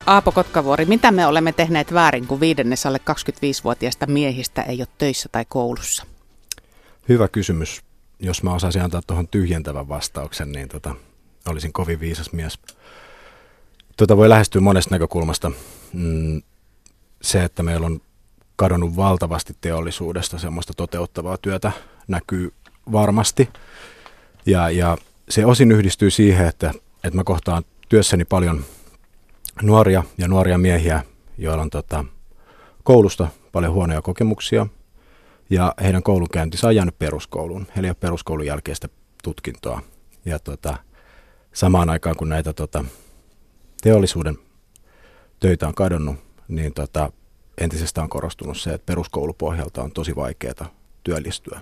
Aapo Kotkavuori, mitä me olemme tehneet väärin, kun viidennes alle 25-vuotiaista miehistä ei ole töissä tai koulussa? Hyvä kysymys. Jos mä osaisin antaa tuohon tyhjentävän vastauksen, niin olisin kovin viisas mies. Voi lähestyä monesta näkökulmasta. Se, että meillä on kadonnut valtavasti teollisuudesta semmoista toteuttavaa työtä, näkyy varmasti. Ja se osin yhdistyy siihen, että mä kohtaan työssäni paljon nuoria miehiä, joilla on koulusta paljon huonoja kokemuksia. Ja heidän koulunkäyntinsä on jäänyt peruskouluun. Heillä ei ole peruskoulun jälkeistä tutkintoa. Ja samaan aikaan, kun näitä teollisuuden töitä on kadonnut, niin entisestään on korostunut se, että peruskoulupohjalta on tosi vaikeaa työllistyä.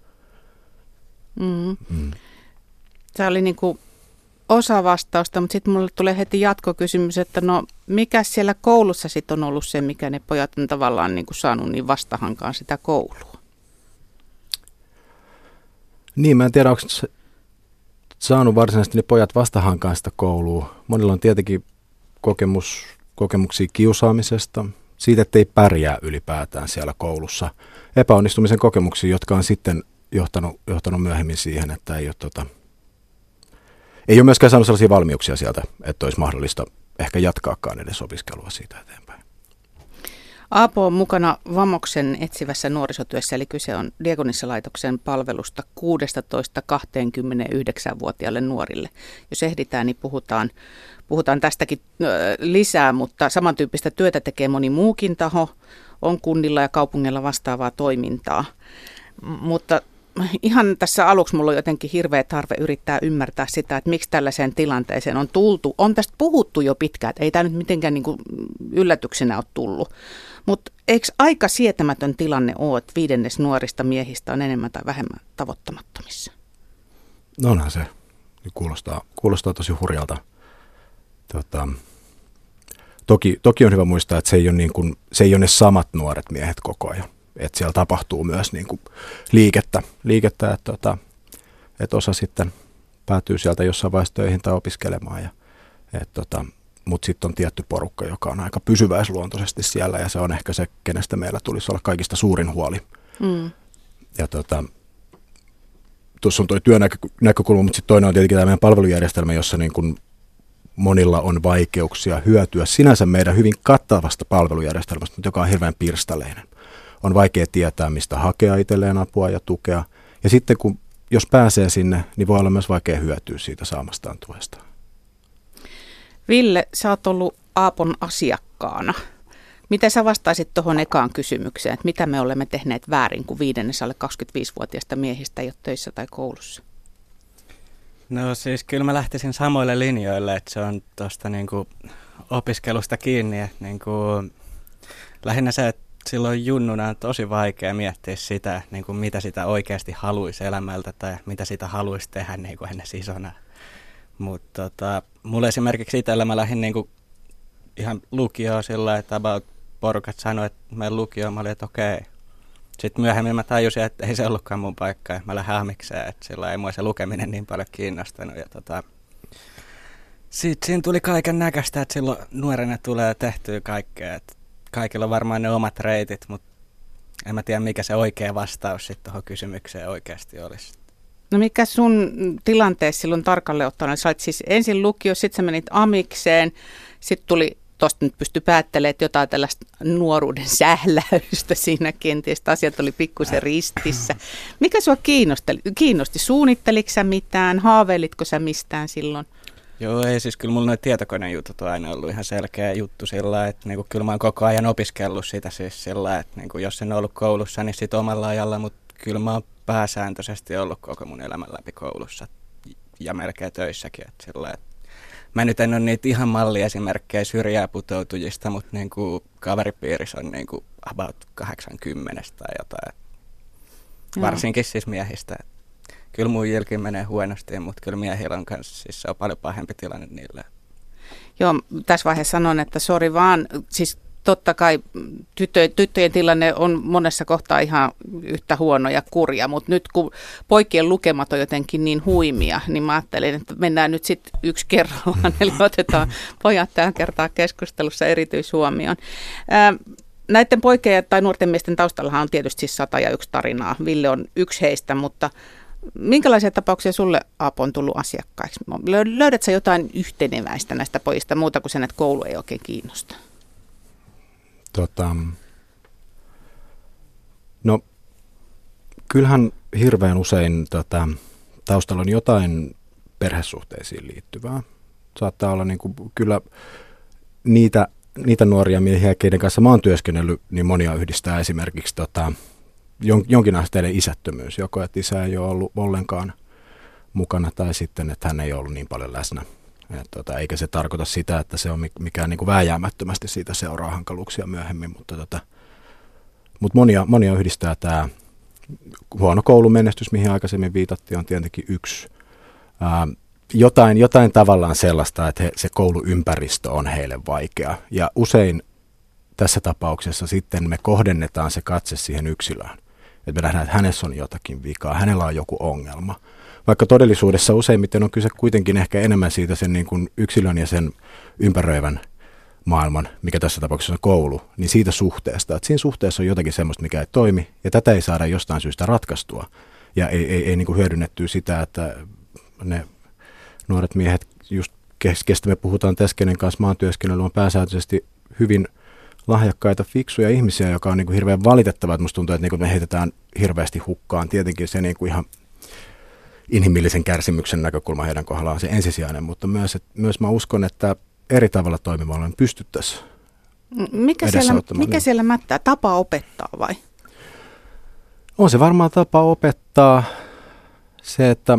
Se oli niinku osa vastausta, mutta sitten mulle tulee heti jatkokysymys, että no mikä siellä koulussa sitten on ollut se, mikä ne pojat on tavallaan niinku saanut niin vastahankaan sitä koulua? Niin, mä en tiedä, onko saanut varsinaisesti ne pojat vastahankaan sitä koulua. Monilla on tietenkin kokemuksia kiusaamisesta, siitä, että ei pärjää ylipäätään siellä koulussa. Epäonnistumisen kokemuksia, jotka on sitten johtanut myöhemmin siihen, että ei ole myöskään saanut sellaisia valmiuksia sieltä, että olisi mahdollista ehkä jatkaakaan edes opiskelua siitä eteenpäin. Aapo on mukana Vamoksen etsivässä nuorisotyössä, eli kyse on Diakonissalaitoksen palvelusta 16-29-vuotiaille nuorille. Jos ehditään, niin puhutaan tästäkin lisää, mutta samantyyppistä työtä tekee moni muukin taho. On kunnilla ja kaupungeilla vastaavaa toimintaa. Mutta ihan tässä aluksi mulla on jotenkin hirveä tarve yrittää ymmärtää sitä, että miksi tällaiseen tilanteeseen on tultu. On tästä puhuttu jo pitkään, että ei tämä nyt mitenkään niin kuin yllätyksenä ole tullut. Mutta eikö aika sietämätön tilanne ole, että viidennes nuorista miehistä on enemmän tai vähemmän tavoittamattomissa? No onhan se. Kuulostaa tosi hurjalta. Toki on hyvä muistaa, että se ei ole ne samat nuoret miehet koko ajan. Että siellä tapahtuu myös niin kuin liikettä että osa sitten päätyy sieltä jossain vaiheessa töihin tai opiskelemaan. Mutta sitten on tietty porukka, joka on aika pysyväisluontoisesti siellä, ja se on ehkä se, kenestä meillä tulisi olla kaikista suurin huoli. Ja tuossa on tuo työnäkökulma, mutta sitten toinen on tietenkin tämä meidän palvelujärjestelmä, jossa niin kuin monilla on vaikeuksia hyötyä sinänsä meidän hyvin kattavasta palvelujärjestelmästä, mutta joka on hirveän pirstaleinen. On vaikea tietää, mistä hakea itselleen apua ja tukea. Ja sitten jos pääsee sinne, niin voi olla myös vaikea hyötyä siitä saamastaan tuesta. Ville, sä oot ollut Aapon asiakkaana. Miten sä vastaisit tuohon ekaan kysymykseen, että mitä me olemme tehneet väärin, kun viidennes alle 25-vuotiaista miehistä ei ole töissä tai koulussa? No siis kyllä mä lähtisin samoille linjoille, että se on tuosta niinku opiskelusta kiinni. Niinku, lähinnä se, että silloin junnuna on tosi vaikea miettiä sitä, niin kuin mitä sitä oikeasti haluaisi elämältä tai mitä sitä haluaisi tehdä niin kuin ennen isona. Mutta mulle esimerkiksi itsellä mä lähdin niin kuin ihan lukioon sillä, että porukat sanoi, että menen lukioon. Mä olin, että okei. Sitten myöhemmin mä tajusin, että ei se ollutkaan mun paikka ja mä lähdin amikseen, että sillä ei mua se lukeminen niin paljon kiinnostanut. Ja sitten siinä tuli kaiken näköistä, että silloin nuorena tulee tehtyä kaikkea. Että kaikilla on varmaan ne omat reitit, mutta en mä tiedä, mikä se oikea vastaus sitten tuohon kysymykseen oikeasti olisi. No mikä sun tilanteessa silloin tarkalleen ottaen? Sä olit siis ensin lukio, sitten sä menit amikseen, sitten tuli, tuosta nyt pystyi päättelemään, että jotain tällaista nuoruuden sähläystä siinä kenties, asiat oli pikkusen ristissä. Mikä sua kiinnosti? Suunnitteliko sä mitään? Haaveilitko sä mistään silloin? Joo, ei siis kyllä mulla noin tietokonejutut on aina ollut ihan selkeä juttu sillä, että niinku, kyllä mä oon koko ajan opiskellut sitä siis sillä, että niinku, jos en ollut koulussa, niin sit omalla ajalla, mutta kyllä mä oon pääsääntöisesti ollut koko mun elämän läpi koulussa ja melkein töissäkin. Että sillä, että mä nyt en ole niitä ihan malliesimerkkejä syrjää putoutujista, mutta niinku, kaveripiirissä on niinku, about 80 tai jotain. Varsinkin siis miehistä. Kyllä muijilkin menee huonosti, mutta kyllä miehillä on kanssa, siis se on paljon pahempi tilanne niille. Joo, tässä vaiheessa sanon, että sori vaan, siis totta kai tyttöjen tilanne on monessa kohtaa ihan yhtä huono ja kurja, mutta nyt kun poikien lukemat on jotenkin niin huimia, niin mä ajattelin, että mennään nyt sitten yksi kerrallaan, eli otetaan pojat tähän kertaa keskustelussa erityishuomioon. Näiden poikien tai nuorten miesten taustallahan on tietysti siis 101 tarinaa. Ville on yksi heistä, mutta minkälaisia tapauksia sulle, Aapo, on tullut asiakkaiksi? Löydätkö jotain yhteneväistä näistä pojista muuta kuin sen, että koulu ei oikein kiinnosta? No, kyllähän hirveän usein taustalla on jotain perhesuhteisiin liittyvää. Saattaa olla niin kuin, kyllä niitä nuoria miehiä, keiden kanssa mä oon työskennellyt, niin monia yhdistää esimerkiksi jonkinasteinen isättömyys. Joko että isä ei ole ollut ollenkaan mukana tai sitten, että hän ei ollut niin paljon läsnä. Eikä se tarkoita sitä, että se on mikään niin kuin vääjäämättömästi siitä seuraa hankaluuksia myöhemmin, mutta monia yhdistää tämä huono koulumenestys, mihin aikaisemmin viitattiin, on tietenkin yksi. Jotain tavallaan sellaista, että se kouluympäristö on heille vaikea. Ja usein tässä tapauksessa sitten me kohdennetaan se katse siihen yksilöön. Että me nähdään, että hänessä on jotakin vikaa, hänellä on joku ongelma. Vaikka todellisuudessa useimmiten on kyse kuitenkin ehkä enemmän siitä sen niin kuin yksilön ja sen ympäröivän maailman, mikä tässä tapauksessa on koulu, niin siitä suhteesta. Että siinä suhteessa on jotakin semmoista, mikä ei toimi, ja tätä ei saada jostain syystä ratkaistua. Ja ei niin kuin hyödynnettyä sitä, että ne nuoret miehet, just kestä me puhutaan tässä, kenen kanssa mä oon työskennellyt, on pääsääntöisesti hyvin lahjakkaita, fiksuja ihmisiä, joka on niin kuin hirveän valitettavaa, että musta tuntuu, että niin kuin me heitetään hirveästi hukkaan. Tietenkin se niin kuin ihan inhimillisen kärsimyksen näkökulma heidän kohdallaan on se ensisijainen, mutta myös mä uskon, että eri tavalla toimivalla pystyttäisiin Mikä siellä mättää? Tapa opettaa vai? On se varmaan tapa opettaa se, että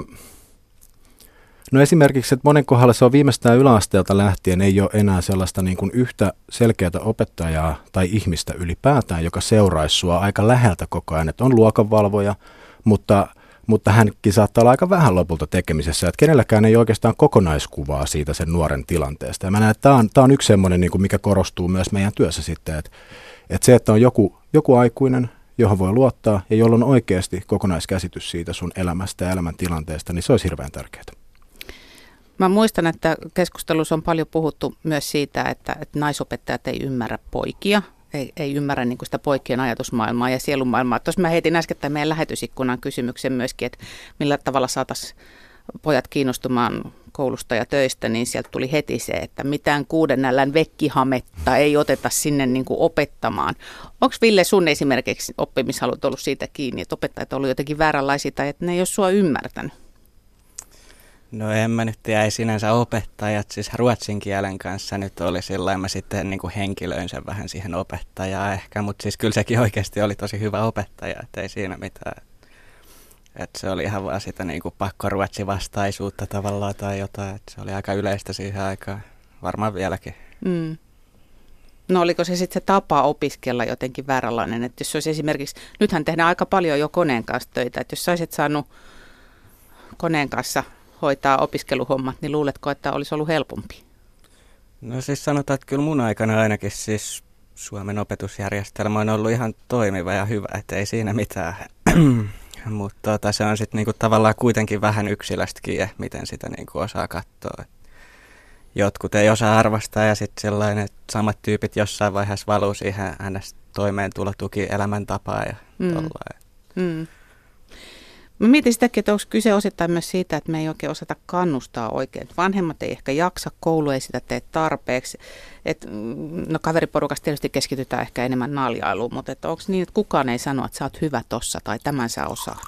no esimerkiksi, että monen kohdalla se on viimeistään yläasteelta lähtien, ei ole enää sellaista niin kuin yhtä selkeää opettajaa tai ihmistä ylipäätään, joka seuraisi sua aika läheltä koko ajan. Että on luokanvalvoja, mutta hänkin saattaa olla aika vähän lopulta tekemisessä, että kenelläkään ei oikeastaan kokonaiskuvaa siitä sen nuoren tilanteesta. Ja mä näen, että tämä on yksi semmoinen, niin kuin mikä korostuu myös meidän työssä sitten, että se, että on joku aikuinen, johon voi luottaa ja jolla on oikeasti kokonaiskäsitys siitä sun elämästä ja elämäntilanteesta, niin se olisi hirveän tärkeää. Mä muistan, että keskustelussa on paljon puhuttu myös siitä, että naisopettajat ei ymmärrä poikia, ei ymmärrä niin kuin sitä poikien ajatusmaailmaa ja sielunmaailmaa. Tuossa mä heitin äskettäin meidän lähetysikkunan kysymyksen myöskin, että millä tavalla saataisiin pojat kiinnostumaan koulusta ja töistä, niin sieltä tuli heti se, että mitään 6 L:n vekkihametta ei oteta sinne niin kuin opettamaan. Onko Ville sun esimerkiksi oppimishalut ollut siitä kiinni, että opettajat on ollut jotenkin vääränlaisia tai että ne ei ole sua ymmärtänyt? No en mä nyt tiedä, ei sinänsä opettajat, siis ruotsin kielen kanssa nyt oli sillä mä sitten niin kuin henkilöin sen vähän siihen opettajaan ehkä, mutta siis kyllä sekin oikeasti oli tosi hyvä opettaja, että ei siinä mitään. Että se oli ihan vaan sitä niin kuin pakkoruotsivastaisuutta tavallaan tai jotain, että se oli aika yleistä siihen aikaan, varmaan vieläkin. Mm. No oliko se sitten se tapa opiskella jotenkin vääränlainen, että jos olisi esimerkiksi, nythän tehdään aika paljon jo koneen kanssa töitä, että jos saisit saanut koneen kanssa hoitaa opiskeluhommat, niin luuletko, että olisi ollut helpompi? No siis sanotaan, että kyllä mun aikana ainakin siis Suomen opetusjärjestelmä on ollut ihan toimiva ja hyvä, että ei siinä mitään. Mutta se on sitten niinku tavallaan kuitenkin vähän yksilöstäkin, miten sitä niinku osaa katsoa. Jotkut ei osaa arvostaa ja sitten sellainen, että samat tyypit jossain vaiheessa valuu siihen ns. Toimeentulotuki elämäntapaan ja tollain. Mm. Mä mietin sitäkin, että onko kyse osittain myös siitä, että me ei oikein osata kannustaa oikein. Vanhemmat ei ehkä jaksa, koulu ei sitä tee tarpeeksi. No kaveriporukasta tietysti keskitytään ehkä enemmän naljailuun, mutta onko niin, että kukaan ei sano, että sä oot hyvä tossa tai tämän sä osaat?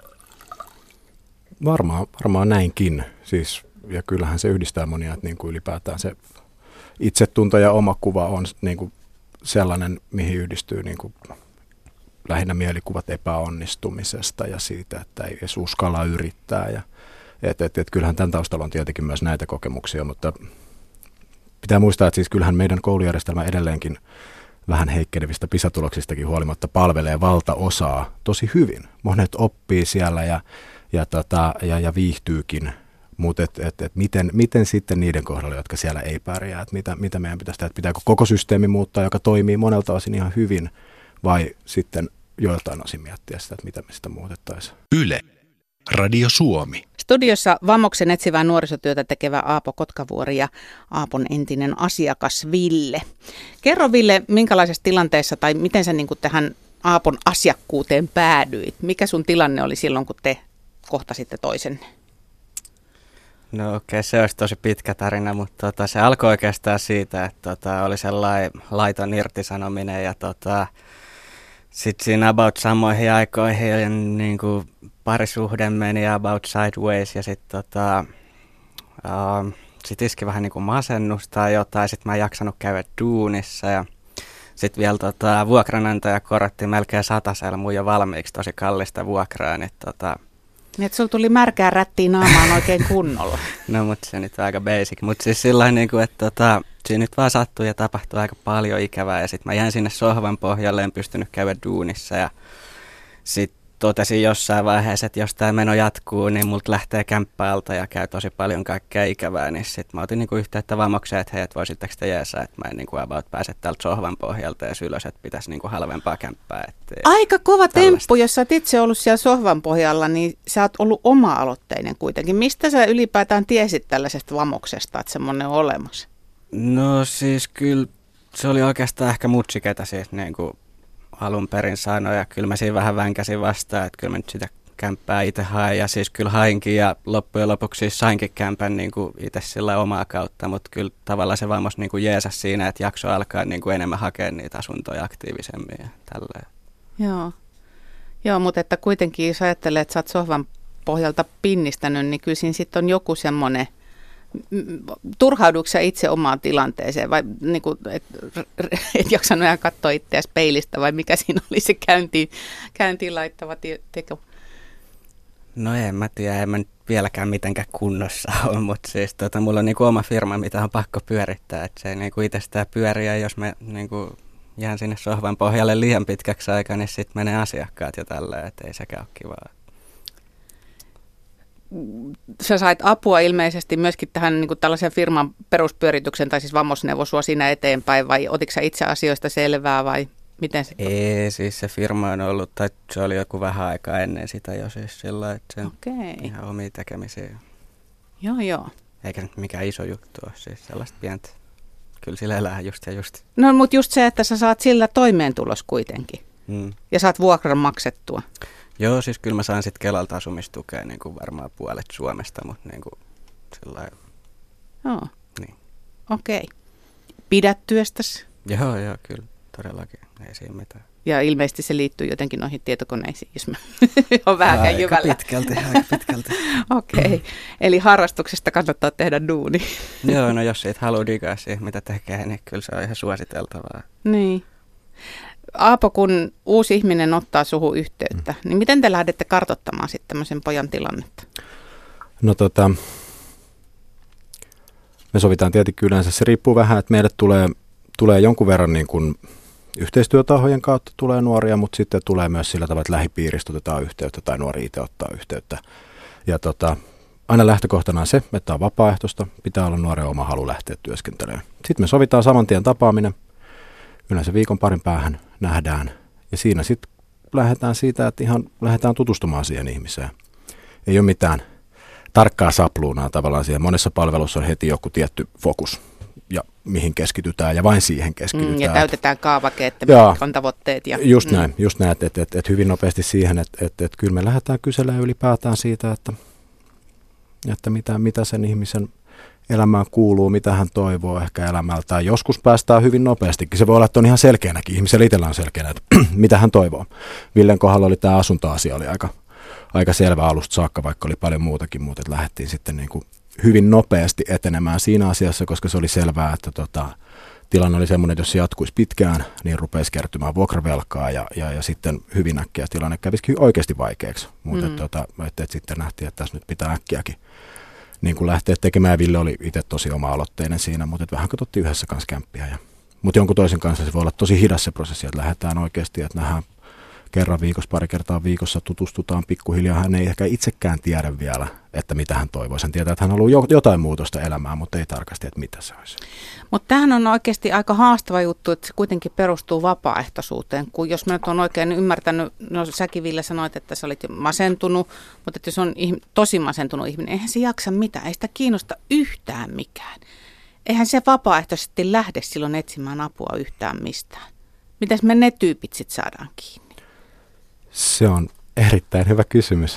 Varmaan näinkin. Siis, ja kyllähän se yhdistää monia, että niin kuin ylipäätään se itsetunto ja omakuva on niin kuin sellainen, mihin yhdistyy niin kuin lähinnä mielikuvat epäonnistumisesta ja siitä, että ei edes uskalla yrittää. Ja, kyllähän tämän taustalla on tietenkin myös näitä kokemuksia, mutta pitää muistaa, että siis kyllähän meidän koulujärjestelmä edelleenkin vähän heikkenevistä PISA-tuloksistakin huolimatta palvelee valtaosaa tosi hyvin. Monet oppii siellä ja viihtyykin Mutta miten sitten niiden kohdalla, jotka siellä ei pärjää, että mitä meidän pitäisi tehdä, että pitääkö koko systeemi muuttaa, joka toimii monelta osin ihan hyvin, vai sitten joiltain osin miettiä sitä, että mitä me sitä muutettaisiin. Yle, Radio Suomi. Studiossa Vamoksen etsivää nuorisotyötä tekevä Aapo Kotkavuori ja Aapon entinen asiakas Ville. Kerro Ville, minkälaisessa tilanteessa tai miten sä niin kuin tähän Aapon asiakkuuteen päädyit? Mikä sun tilanne oli silloin, kun te kohtasitte toisenne? No okei, se olisi tosi pitkä tarina, mutta se alkoi oikeastaan siitä, että oli sellainen laiton irtisanominen ja sitten siinä about samoihin aikoihin niin kuin parisuhde meni about sideways ja sitten sit iski vähän niin kuin masennusta tai jotain. Sitten mä en jaksanut käydä duunissa ja sitten vielä vuokranantaja korotti melkein 100 mun jo valmiiksi tosi kallista vuokraa. Niin että sulla tuli märkää rättiä naamaan oikein kunnolla. No mutta se nyt on aika basic. Mutta siis sillain niin kuin, että siinä nyt vaan sattui ja tapahtui aika paljon ikävää. Ja sitten mä jäin sinne sohvan pohjalle, en pystynyt käydä duunissa. Ja sitten totesin jossain vaiheessa, että jos tämä meno jatkuu, niin multa lähtee kämppäältä ja käy tosi paljon kaikkea ikävää. Niin sitten mä otin niinku yhteyttä Vamokseen, että hei, et voisitteko te jeesaa, että mä en niinku about pääse täältä sohvan pohjalta ja ylös, että pitäisi niinku halvempaa kämppää. Aika kova temppu, jos sä oot itse ollut siellä sohvan pohjalla, niin sä oot ollut oma-aloitteinen kuitenkin. Mistä sä ylipäätään tiesit tällaisesta Vamoksesta, että semmoinen on olemassa? No siis kyllä se oli oikeastaan ehkä mutsi, ketä siis niinku alun perin sanoi ja kyllä mä siinä vähän vänkäsin vastaan, että kyllä mä nyt sitä kämppää itse hain ja siis kyllä hainkin ja loppujen lopuksi siis sainkin kämpän niin kuin itse sillä omaa kautta, mutta kyllä tavallaan se Vamos niin kuin jeesasi siinä, että jakso alkaa niin kuin enemmän hakea niitä asuntoja aktiivisemmin ja tälleen. Joo, mutta että kuitenkin jos ajattelee, että sä oot sohvan pohjalta pinnistänyt, niin kyllä siinä sitten on joku semmoinen, turhauduiko sä itse omaan tilanteeseen vai niin kuin, et jaksanut enää katsoa itseäsi peilistä vai mikä siinä oli se käyntiin laittava teko? No en mä tiedä, en mä nyt vieläkään mitenkään kunnossa ole, mutta siis mulla on niinku oma firma, mitä on pakko pyörittää, että se ei niinku itsestään pyöri ja jos mä niinku jään sinne sohvan pohjalle liian pitkäksi aikaa, niin sitten menee asiakkaat ja tälleen, että ei sekään ole kivaa. Sä sait apua ilmeisesti myöskin tähän niin kuin tällaisen firman peruspyörityksen, tai siis Vamos neuvoi sua siinä eteenpäin, vai otitko sä itse asioista selvää, vai miten se? Ei, siis se firma on ollut, tai se oli joku vähän aikaa ennen sitä jo siis sillä, että sen ihan omia tekemisiä. Joo. Eikä nyt mikään iso juttu ole, siis sellaista pientä. Kyllä sillä elää just ja just. No, mutta just se, että sä saat sillä toimeentulos kuitenkin, ja saat vuokran maksettua. Joo, siis kyllä mä saan sitten Kelalta asumistukea niin kuin varmaan puolet Suomesta, mutta niin kuin sellainen. Joo. Niin. Okei. Pidät työstäsi? Joo, kyllä, todellakin. Ei siinä mitään. Ja ilmeisesti se liittyy jotenkin noihin tietokoneisiin, jos mä oon vähänkään jyvällä. Aika pitkälti. Okei. Eli harrastuksesta kannattaa tehdä duuni. Joo, no jos siitä haluaa digaa siihen, mitä tekee, niin kyllä se on ihan suositeltavaa. Niin. Aapo, kun uusi ihminen ottaa suhun yhteyttä, niin miten te lähdette kartoittamaan sitten tämmöisen pojan tilannetta? No me sovitaan tietenkin yleensä, se riippuu vähän, että meille tulee jonkun verran niin kuin yhteistyötahojen kautta tulee nuoria, mutta sitten tulee myös sillä tavalla, että lähipiiristä otetaan yhteyttä tai nuori itse ottaa yhteyttä. Ja aina lähtökohtana on se, että on vapaaehtoista, pitää olla nuoren oma halu lähteä työskentelemään. Sitten me sovitaan saman tien tapaaminen. Yleensä viikon parin päähän nähdään ja siinä sitten lähdetään siitä, että ihan lähdetään tutustumaan siihen ihmiseen. Ei ole mitään tarkkaa sapluunaa tavallaan siihen. Monessa palvelussa on heti joku tietty fokus ja mihin keskitytään ja vain siihen keskitytään. Ja täytetään kaavake, että mitkä on tavoitteet. Ja, just näin, että hyvin nopeasti siihen, että kyllä me lähdetään kyselemään ylipäätään siitä, että mitä sen ihmisen elämään kuuluu, mitä hän toivoo ehkä elämältään. Joskus päästään hyvin nopeastikin. Se voi olla, että on ihan selkeänäkin. Ihmisellä itsellä on selkeänä, että mitä hän toivoo. Villen kohdalla oli tämä asuntoasia oli aika selvä alusta saakka, vaikka oli paljon muutakin, mutta lähdettiin sitten niin kuin hyvin nopeasti etenemään siinä asiassa, koska se oli selvää, että tilanne oli semmoinen, että jos se jatkuisi pitkään, niin rupesi kertymään vuokravelkaa ja sitten hyvin äkkiä tilanne kävisikin oikeasti vaikeaksi. Mutta että sitten nähtiin, että tässä nyt pitää äkkiäkin niin kuin lähteä tekemään. Ville oli itse tosi oma-aloitteinen siinä, mutta vähän katsottiin yhdessä kanssa kämppiä. Mutta jonkun toisen kanssa se voi olla tosi hidas se prosessi, että lähdetään oikeasti, että nähdään kerran viikossa, pari kertaa viikossa tutustutaan pikkuhiljaa. Hän ei ehkä itsekään tiedä vielä, että mitä hän toivoisi. Hän tietää, että hän haluaa jotain muutosta elämään, mutta ei tarkasti, että mitä se olisi. Mutta tämähän on oikeasti aika haastava juttu, että se kuitenkin perustuu vapaaehtoisuuteen. Kun jos mä nyt olen oikein ymmärtänyt, no säkin Ville sanoit, että sä olit masentunut, mutta että jos on tosi masentunut ihminen, eihän se jaksa mitään, ei sitä kiinnosta yhtään mikään. Eihän se vapaaehtoisesti lähde silloin etsimään apua yhtään mistään. Mitäs me ne tyypit sitten saadaan kiinni? Se on erittäin hyvä kysymys.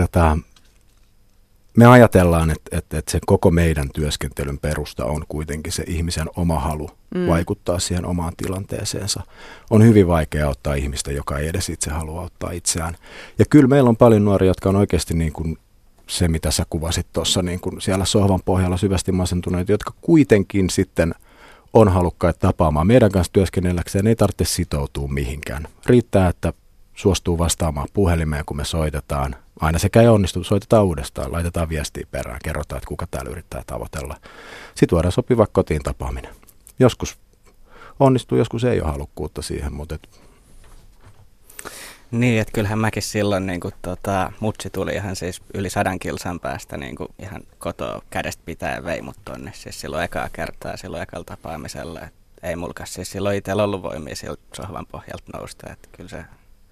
Me ajatellaan, että se koko meidän työskentelyn perusta on kuitenkin se ihmisen oma halu vaikuttaa siihen omaan tilanteeseensa. On hyvin vaikea auttaa ihmistä, joka ei edes itse halua auttaa itseään. Ja kyllä meillä on paljon nuoria, jotka on oikeasti niin kuin se, mitä sä kuvasit tuossa niin kuin siellä sohvan pohjalla syvästi masentuneita, jotka kuitenkin sitten on halukkaita tapaamaan. Meidän kanssa työskennelläkseen ei tarvitse sitoutua mihinkään. Riittää, että suostuu vastaamaan puhelimeen, kun me soitetaan. Aina sekä ei onnistu, soitetaan uudestaan, laitetaan viestiä perään, kerrotaan, että kuka täällä yrittää tavoitella. Sitten voidaan sopia kotiin tapaaminen. Joskus onnistuu, joskus ei ole halukkuutta siihen, mutta Niin, että kyllähän mäkin silloin, niin mutsi tuli ihan siis yli 100 kilsan päästä niin ihan kotoa kädestä pitäen vei mut tonne. Siis silloin ekaa kertaa, silloin ekalla tapaamisella. Et ei mulkas siis silloin itsellä ollut voimia siltä sohvan pohjalta nousta. Että kyllä se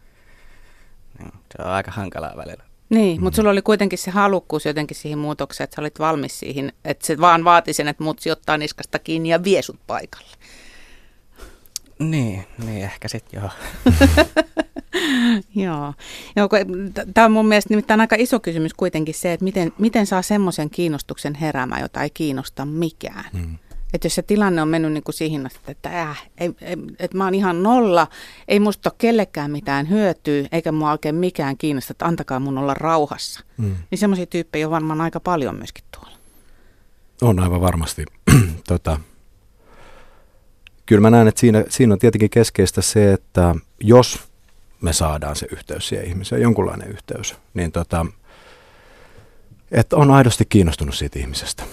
on aika hankalaa välillä. Niin, mutta sulla oli kuitenkin se halukkuus jotenkin siihen muutokseen, että sä olit valmis siihen, että se vaan vaati sen, että mutsi ottaa niskasta kiinni ja vie sut paikalle. Niin ehkä sitten joo. Joo. Tämä on mun mielestä nimittäin aika iso kysymys kuitenkin se, että miten saa semmoisen kiinnostuksen heräämään, jota ei kiinnosta mikään. Että jos se tilanne on mennyt niin kuin siihen, että mä oon ihan nolla, ei musta ole kellekään mitään hyötyä, eikä mua oikein mikään kiinnosta, että antakaa mun olla rauhassa. Niin semmoisia tyyppejä on varmaan aika paljon myöskin tuolla. On aivan varmasti. Kyllä mä näen, että siinä on tietenkin keskeistä se, että jos me saadaan se yhteys siihen ihmiseen, jonkunlainen yhteys, niin että on aidosti kiinnostunut siitä ihmisestä.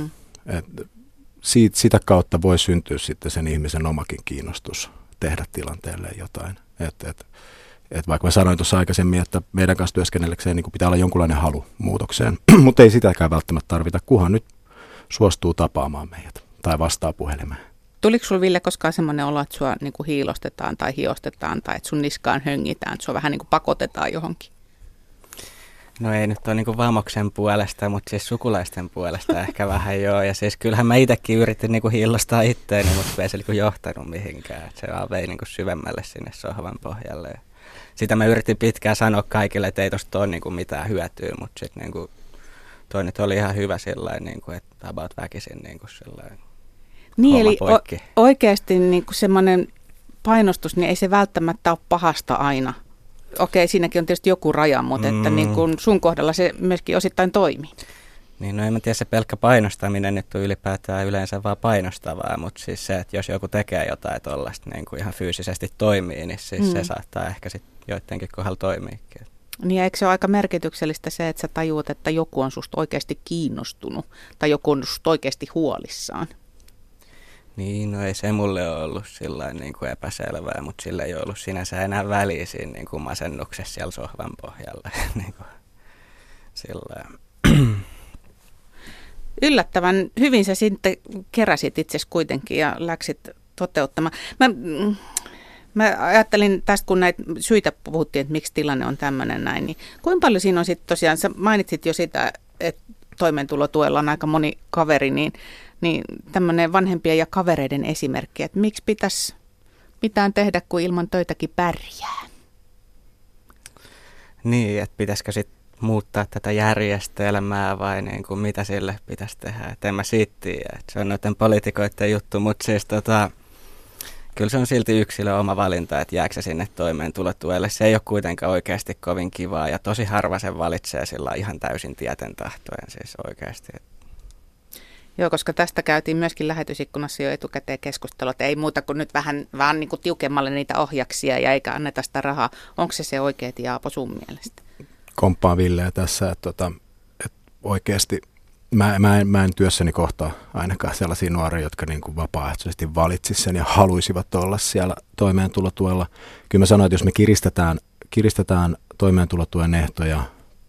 Sitä kautta voi syntyä sitten sen ihmisen omakin kiinnostus tehdä tilanteelle jotain. Et vaikka mä sanoin tuossa aikaisemmin, että meidän kanssa työskennellekseen niin pitää olla jonkunlainen halu muutokseen, mutta ei sitäkään välttämättä tarvita, kunhan nyt suostuu tapaamaan meidät tai vastaa puhelimeen. Tuliko sinulla, Ville, koskaan semmoinen olo, että sinua niin kuin hiilostetaan tai hiostetaan tai että sun niskaan höngitään, että sinua vähän niin kuin pakotetaan johonkin? No ei nyt ole niin kuin vamoksen puolesta, mutta siis sukulaisten puolesta ehkä vähän joo. Ja siis kyllähän mä itsekin yritin niin kuin hiillostaa itteeni, mutta ei se niin kuin johtanut mihinkään. Et se vaan vei niin kuin syvemmälle sinne sohvan pohjalle. Ja sitä mä yritin pitkään sanoa kaikille, että ei tosta ole niin kuin mitään hyötyä, mutta sitten niin kuin toi nyt oli ihan hyvä sillain, niin kuin, että about väkisin niin kuin sillain. Niin, eli oikeasti niin kuin semmoinen painostus, niin ei se välttämättä ole pahasta aina. Okei, siinäkin on tietysti joku raja, mutta että niin kuin sun kohdalla se myöskin osittain toimii. Niin, no en mä tiedä, se pelkkä painostaminen nyt on ylipäätään yleensä vaan painostavaa, mutta siis se, että jos joku tekee jotain tuollaista niin kuin ihan fyysisesti toimii, niin siis se saattaa ehkä sitten joidenkin kohdalla toimiikin. Niin, eikö se ole aika merkityksellistä se, että sä tajuut, että joku on susta oikeasti kiinnostunut tai joku on susta oikeasti huolissaan? Niin, no ei se mulle ole ollut sillain niin kuin epäselvää, mutta sillä ei ollut sinänsä enää väliä siinä niin kuin masennuksessa siellä sohvan pohjalla. niin kuin, sillain. Yllättävän hyvin sä sitten keräsit itsesi kuitenkin ja läksit toteuttamaan. Mä ajattelin tästä, kun näitä syitä puhuttiin, että miksi tilanne on tämmöinen näin, niin kuinka paljon siinä on sitten tosiaan, sä mainitsit jo sitä, että toimeentulotuella on aika moni kaveri, niin tämmöinen vanhempien ja kavereiden esimerkki, että miksi pitäisi mitään tehdä, kun ilman töitäkin pärjää? Niin, että pitäisikö sitten muuttaa tätä järjestelmää vai niin kuin mitä sille pitäisi tehdä. Et en mä siitä tiedä, että se on noiden poliitikoiden juttu, mutta siis kyllä se on silti yksilön oma valinta, että jääkö se sinne toimeentulotuelle. Se ei ole kuitenkaan oikeasti kovin kivaa ja tosi harva sen valitsee sillä ihan täysin tieten tahtoen siis oikeasti. Joo, koska tästä käytiin myöskin lähetysikkunassa jo etukäteen keskustelua, että ei muuta kuin nyt vähän niin kuin tiukemmalle niitä ohjaksia ja eikä anneta sitä rahaa. Onko se oikea Jaapo sun mielestä? Komppaan Villeä tässä, että oikeasti mä en työssäni kohtaa ainakaan sellaisia nuoria, jotka niin kuin vapaaehtoisesti valitsisivat sen ja haluaisivat olla siellä toimeentulotuella. Kyllä mä sanoin, että jos me kiristetään kiristetään toimeentulotuen ehtoja,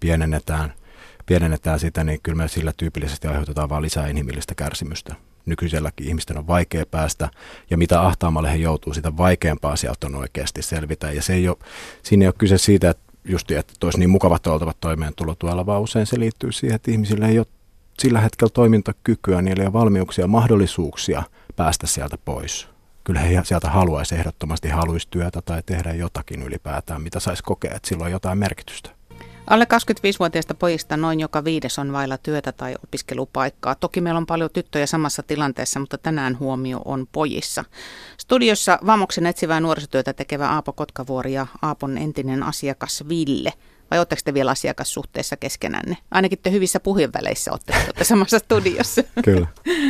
pienennetään sitä, niin kyllä me sillä tyypillisesti aiheutetaan vaan lisää inhimillistä kärsimystä. Nykyiselläkin ihmisten on vaikea päästä, ja mitä ahtaamalle he joutuu, sitä vaikeampaa sieltä on oikeasti selvitä. Ja siinä ei ole kyse siitä, että olisi niin mukavat oltavat toimeentulotuella, vaan usein se liittyy siihen, että ihmisille ei ole sillä hetkellä toimintakykyä, niillä ei ole valmiuksia, mahdollisuuksia päästä sieltä pois. Kyllä he sieltä ehdottomasti haluaisi työtä tai tehdä jotakin ylipäätään, mitä saisi kokea, että sillä on jotain merkitystä. Alle 25-vuotiaista pojista noin joka 5 on vailla työtä tai opiskelupaikkaa. Toki meillä on paljon tyttöjä samassa tilanteessa, mutta tänään huomio on pojissa. Studiossa Vamoksen etsivää nuorisotyötä tekevä Aapo Kotkavuori ja Aapon entinen asiakas Ville. Vai oletteko te vielä asiakassuhteessa keskenänne? Ainakin te hyvissä puheenväleissä olette samassa studiossa. Kyllä.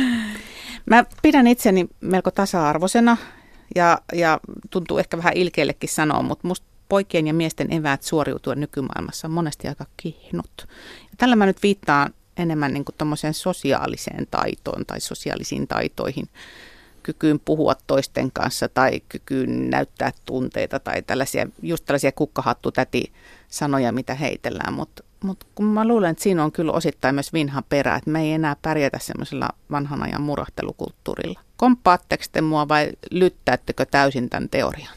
Mä pidän itseni melko tasa-arvoisena ja tuntuu ehkä vähän ilkeellekin sanoa, mutta musta poikien ja miesten eväät suoriutua nykymaailmassa on monesti aika kihnut. Ja tällä mä nyt viittaan enemmän niin kuin tommoseen sosiaaliseen taitoon tai sosiaalisiin taitoihin, kykyyn puhua toisten kanssa tai kykyyn näyttää tunteita tai tällaisia kukkahattutäti-sanoja, mitä heitellään. Mutta kun mä luulen, että siinä on kyllä osittain myös vinha perä, että me ei enää pärjätä semmoisella vanhan ajan murahtelukulttuurilla. Komppaatteko te mua vai lyttäättekö täysin tämän teorian?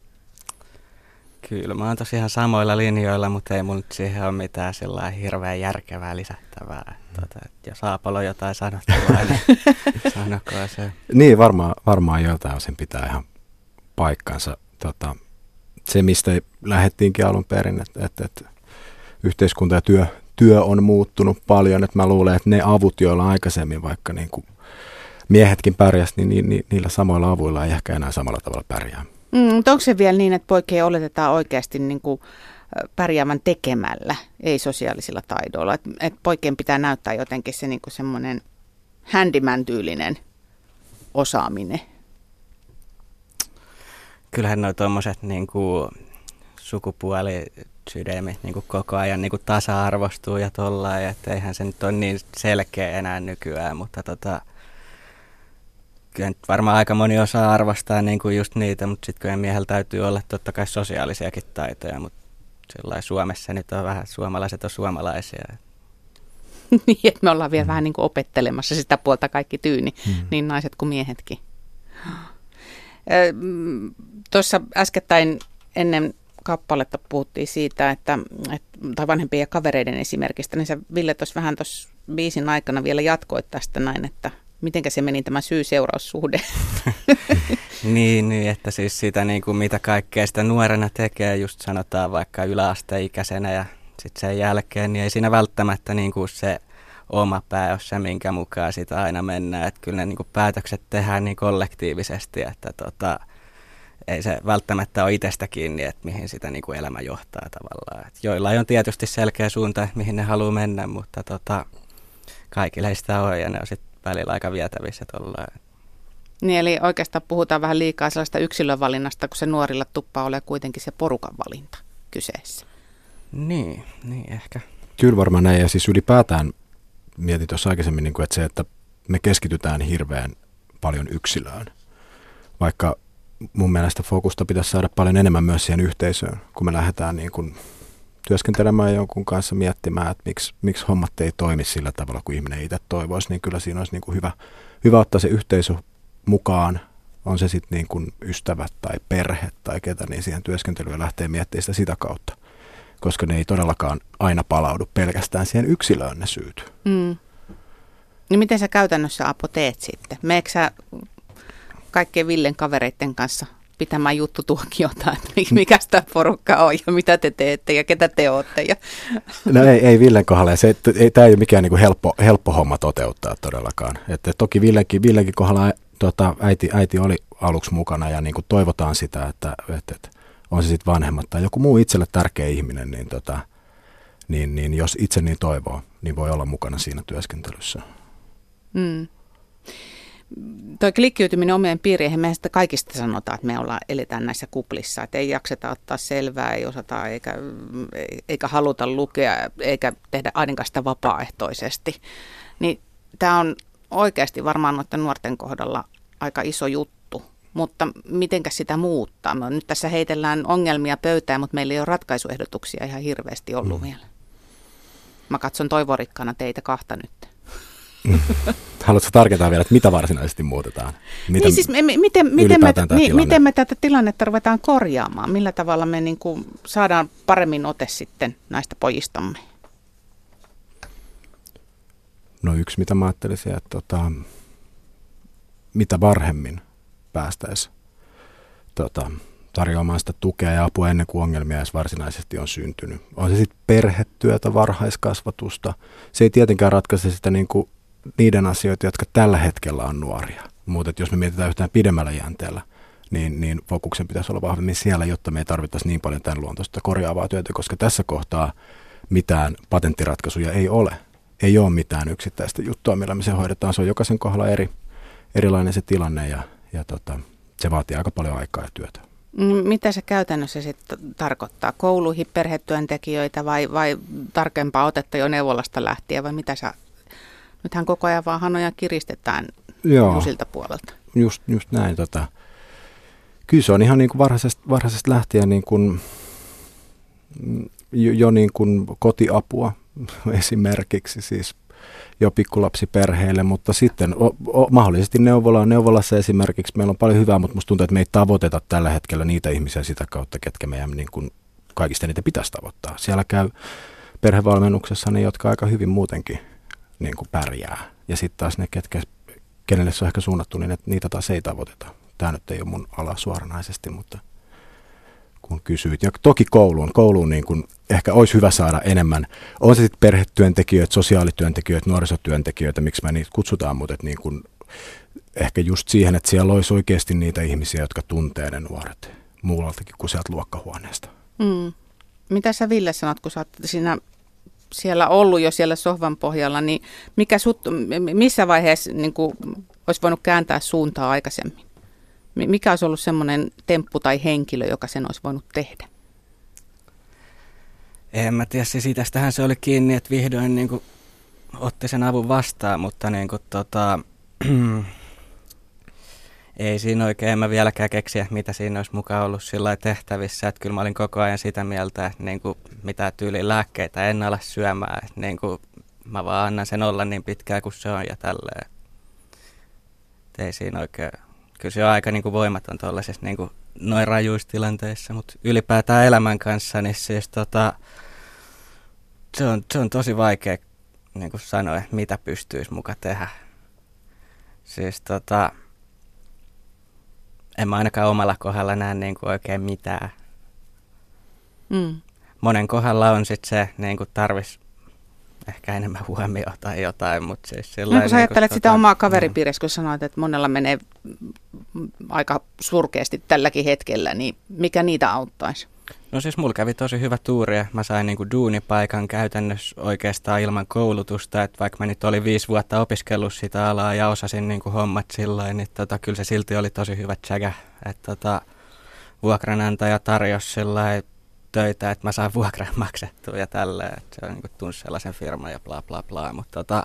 Kyllä, mä oon tosiaan samoilla linjoilla, mutta ei mun nyt siihen ole mitään sellainen hirveän järkevää lisättävää. Jos Aapolla on jotain sanottavaa, niin sanokaa se. Niin, varmaan joiltain osin pitää ihan paikkansa. Se, mistä lähdettiinkin alun perin, että yhteiskunta ja työ on muuttunut paljon. Että mä luulen, että ne avut, joilla aikaisemmin vaikka niin kuin miehetkin pärjäsivät, niin niillä samoilla avuilla ei ehkä enää samalla tavalla pärjää. Mutta onko se vielä niin, että poikia oletetaan oikeasti niin kuin pärjäävän tekemällä, ei sosiaalisilla taidoilla? Että poikien pitää näyttää jotenkin se niin kuin semmoinen handyman-tyylinen osaaminen. Kyllähän nuo tuommoiset niin kuin sukupuolisydämit niin kuin koko ajan niin kuin tasa-arvostuu ja tollain, että eihän se nyt ole niin selkeä enää nykyään, mutta kyllä nyt varmaan aika moni osaa arvostaa niin kuin just niitä, mutta sitten kyllä miehellä täytyy olla totta kai sosiaalisiakin taitoja, mutta sellainen Suomessa nyt on vähän, suomalaiset on suomalaisia. Niin, että me ollaan vielä vähän niin kuin opettelemassa sitä puolta kaikki tyyni, niin naiset kuin miehetkin. Tuossa äskettäin ennen kappaletta puhuttiin siitä, tai vanhempien ja kavereiden esimerkistä, niin sä Ville tuossa vähän tuossa biisin aikana vielä jatkoit tästä näin, että mitenkä se meni tämä syy-seuraussuhde? niin, että siis sitä niin kuin mitä kaikkea sitä nuorena tekee, just sanotaan vaikka yläasteikäisenä ja sitten sen jälkeen, niin ei siinä välttämättä niin kuin se oma pää ole se, minkä mukaan sitä aina mennään. Että kyllä ne niin kuin päätökset tehdään niin kollektiivisesti, että ei se välttämättä ole itsestä kiinni, että mihin sitä niin kuin elämä johtaa tavallaan. Et joillain on tietysti selkeä suunta, mihin ne haluaa mennä, mutta kaikilla ei sitä ole ja ne on sitten välillä aika vietävissä tollain. Niin, eli oikeastaan puhutaan vähän liikaa sellaista yksilövalinnasta, kun se nuorilla tuppaa ole kuitenkin se porukan valinta kyseessä. Niin ehkä. Kyllä varmaan näin, ja siis ylipäätään mietin tuossa aikaisemmin, että se, että me keskitytään hirveän paljon yksilöön, vaikka mun mielestä fokusta pitäisi saada paljon enemmän myös siihen yhteisöön, kun me lähdetään niin kuin työskentelemään jonkun kanssa miettimään, että miksi hommat ei toimi sillä tavalla, kuin ihminen itse toivoisi, niin kyllä siinä olisi niin kuin hyvä ottaa se yhteisö mukaan, on se sitten niin kuin ystävät tai perhe tai ketä, niin siihen työskentelyyn lähtee miettimään sitä kautta, koska ne ei todellakaan aina palaudu pelkästään siihen yksilöön ne syyt. Niin miten sä käytännössä, Aapo, teet sitten? Meekö sä kaikkien Villen kavereiden kanssa pitämään juttutuokiota, että mikä tämä porukka on ja mitä te teette ja ketä te olette? Ja no ei Villen kohdalla. Tämä ei ole mikään niin kuin helppo homma toteuttaa todellakaan. Että toki Villenkin kohdalla äiti oli aluksi mukana ja niin kuin toivotaan sitä, että on se sitten vanhemmat tai joku muu itselle tärkeä ihminen, niin jos itse niin toivoo, niin voi olla mukana siinä työskentelyssä. Tuo klikkiytyminen omien piiriin, mehän sitä kaikista sanotaan, että me eletään näissä kuplissa, että ei jakseta ottaa selvää, ei osata eikä haluta lukea, eikä tehdä ainakaan sitä vapaaehtoisesti. Niin tämä on oikeasti varmaan noiden nuorten kohdalla aika iso juttu, mutta mitenkä sitä muuttaa? Me nyt tässä heitellään ongelmia pöytään, mutta meillä ei ole ratkaisuehdotuksia ihan hirveästi ollut vielä. Mä katson toivorikkaana teitä kahta nyt. Haluatko tarkentaa vielä, että mitä varsinaisesti muutetaan? Niin siis miten me tätä tilannetta ruvetaan korjaamaan? Millä tavalla me niin kuin saadaan paremmin ote sitten näistä pojistamme? No yksi, mitä mä ajattelisin, että mitä varhemmin päästäisiin tarjoamaan sitä tukea ja apua ennen kuin ongelmia edes varsinaisesti on syntynyt. On se sitten perhetyötä, varhaiskasvatusta. Se ei tietenkään ratkaise sitä niin kuin niiden asioita, jotka tällä hetkellä on nuoria. Mutta jos me mietitään yhtään pidemmällä jänteellä, niin fokuksen pitäisi olla vahvemmin siellä, jotta me ei tarvittaisi niin paljon tämän luontoista korjaavaa työtä, koska tässä kohtaa mitään patenttiratkaisuja ei ole. Ei ole mitään yksittäistä juttua, millä me se hoidetaan. Se on jokaisen kohdalla erilainen se tilanne ja se vaatii aika paljon aikaa ja työtä. Mitä se käytännössä sitten tarkoittaa? Kouluihin perhetyöntekijöitä vai tarkempaa otetta jo neuvolasta lähtien vai mitä sä? Nythän koko ajan vaan hanoja kiristetään uusilta puolelta. Just näin. Kyllä se on ihan niin kuin varhaisesta lähtien niin kuin, jo niin kuin kotiapua esimerkiksi siis jo pikkulapsiperheille, mutta sitten mahdollisesti neuvolassa esimerkiksi meillä on paljon hyvää, mutta musta tuntuu, että me ei tavoiteta tällä hetkellä niitä ihmisiä sitä kautta, ketkä meidän niin kuin kaikista niitä pitäisi tavoittaa. Siellä käy perhevalmennuksessa ne, jotka aika hyvin muutenkin niin kuin pärjää. Ja sitten taas ne, kenelle se on ehkä suunnattu, niin niitä taas ei tavoiteta. Tämä nyt ei ole mun ala suoranaisesti, mutta kun kysyit. Ja toki kouluun niin kuin ehkä olisi hyvä saada enemmän. On se sitten perhetyöntekijöitä, sosiaalityöntekijöitä, nuorisotyöntekijöitä, miksi me niitä kutsutaan, mutta niin kuin ehkä just siihen, että siellä olisi oikeasti niitä ihmisiä, jotka tuntee ne nuoret muualtakin kuin sieltä luokkahuoneesta. Mitä sä Ville sanot, kun sä oot siellä ollut jo siellä sohvan pohjalla, niin missä vaiheessa niin kuin, olisi voinut kääntää suuntaa aikaisemmin? Mikä olisi ollut semmoinen temppu tai henkilö, joka sen olisi voinut tehdä? En mä tiedä, siis tästähän se oli kiinni, että vihdoin niin kuin, otti sen avun vastaan, mutta niin kuin, ei siinä oikein, en mä vieläkään keksiä, mitä siinä olisi mukaan ollut sillä tehtävissä. Että kyllä mä olin koko ajan sitä mieltä, että niin kuin, mitä tyyliin lääkkeitä en ala syömään. Että niin kuin, mä vaan annan sen olla niin pitkään kuin se on ja tälleen. Et ei siinä oikein. Kyllä se on aika niin kuin voimaton tuollaisessa niin kuin noin rajuissa tilanteissa, mutta ylipäätään elämän kanssa, niin siis se on tosi vaikea niin kuin sanoa, mitä pystyisi muka tehdä. Siis en mä ainakaan omalla kohdalla näe niin kuin oikein mitään. Monen kohdalla on sitten se, niin kuin tarvitsisi ehkä enemmän huomioon tai jotain, mutta siis no, kun sä ajattelet sitä omaa kaveripiirissä, kun sanoit, että monella menee aika surkeasti tälläkin hetkellä, niin mikä niitä auttaisi? No siis mulla kävi tosi hyvä tuuri ja mä sain niinku duunipaikan käytännössä oikeastaan ilman koulutusta, että vaikka mä nyt olin 5 vuotta opiskellut sitä alaa ja osasin niinku hommat sillain, niin kyllä se silti oli tosi hyvä tsäkä, että vuokranantaja tarjosi sillain töitä, että mä saan vuokran maksettua ja tälleen, että se on niinku tunsi sellaisen firman ja bla bla bla, mutta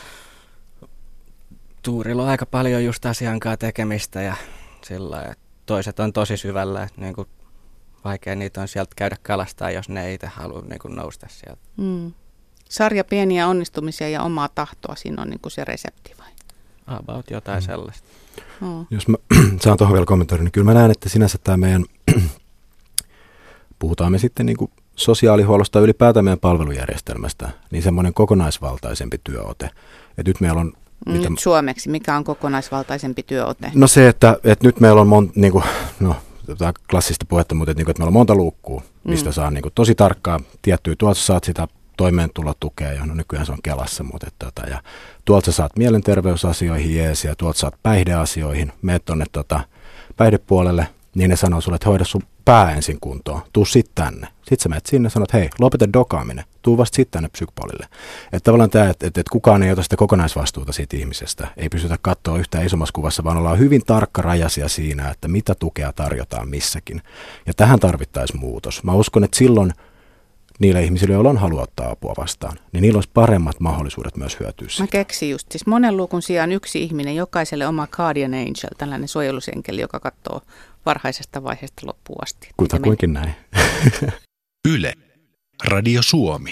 tuurilla on aika paljon just asiankaan tekemistä ja sillä että toiset on tosi syvällä, että niinku vaikea niitä on sieltä käydä kalastaa, jos ne ei itse halua niinku nousta sieltä. Sarja pieniä onnistumisia ja omaa tahtoa, siinä on niinku se resepti vai? About jotain sellaista. Jos mä saan tuohon vielä kommentoida, niin kyllä mä näen, että sinänsä tämä meidän, puhutaan me sitten niin kuin sosiaalihuollosta ylipäätään meidän palvelujärjestelmästä, niin semmoinen kokonaisvaltaisempi työote. Et nyt meillä on nyt suomeksi, mikä on kokonaisvaltaisempi työote? No se, että nyt meillä on klassista puhetta, mutta että meillä on monta luukkua, mistä saa niin kuin tosi tarkkaa tiettyä. Tuolta saat sitä toimeentulotukea, ja nykyään se on Kelassa, mutta ja tuolta saat mielenterveysasioihin jees, ja tuolta saat päihdeasioihin. Meet tuonne päihdepuolelle, niin ne sanoo sulle, että hoida sun pää ensin kuntoon, tuu sit tänne. Sitten sä menet sinne ja sanot, hei, lopeta dokaaminen, tuu vasta sit tänne psykpolille. Että tavallaan tämä, että kukaan ei ota sitä kokonaisvastuuta siitä ihmisestä, ei pystytä katsoa yhtään isommassa kuvassa, vaan ollaan hyvin tarkkarajaisia siinä, että mitä tukea tarjotaan missäkin. Ja tähän tarvittaisiin muutos. Mä uskon, että silloin niillä ihmisillä, joilla on halua ottaa apua vastaan, niin niillä olisi paremmat mahdollisuudet myös hyötyä siitä. Mä keksin just, siis monen luukun sijaan yksi ihminen, jokaiselle oma guardian angel, tällainen suojelusenkeli, joka katsoo varhaisesta vaiheesta loppuun asti. Kutakuinkin näin. Yle, Radio Suomi.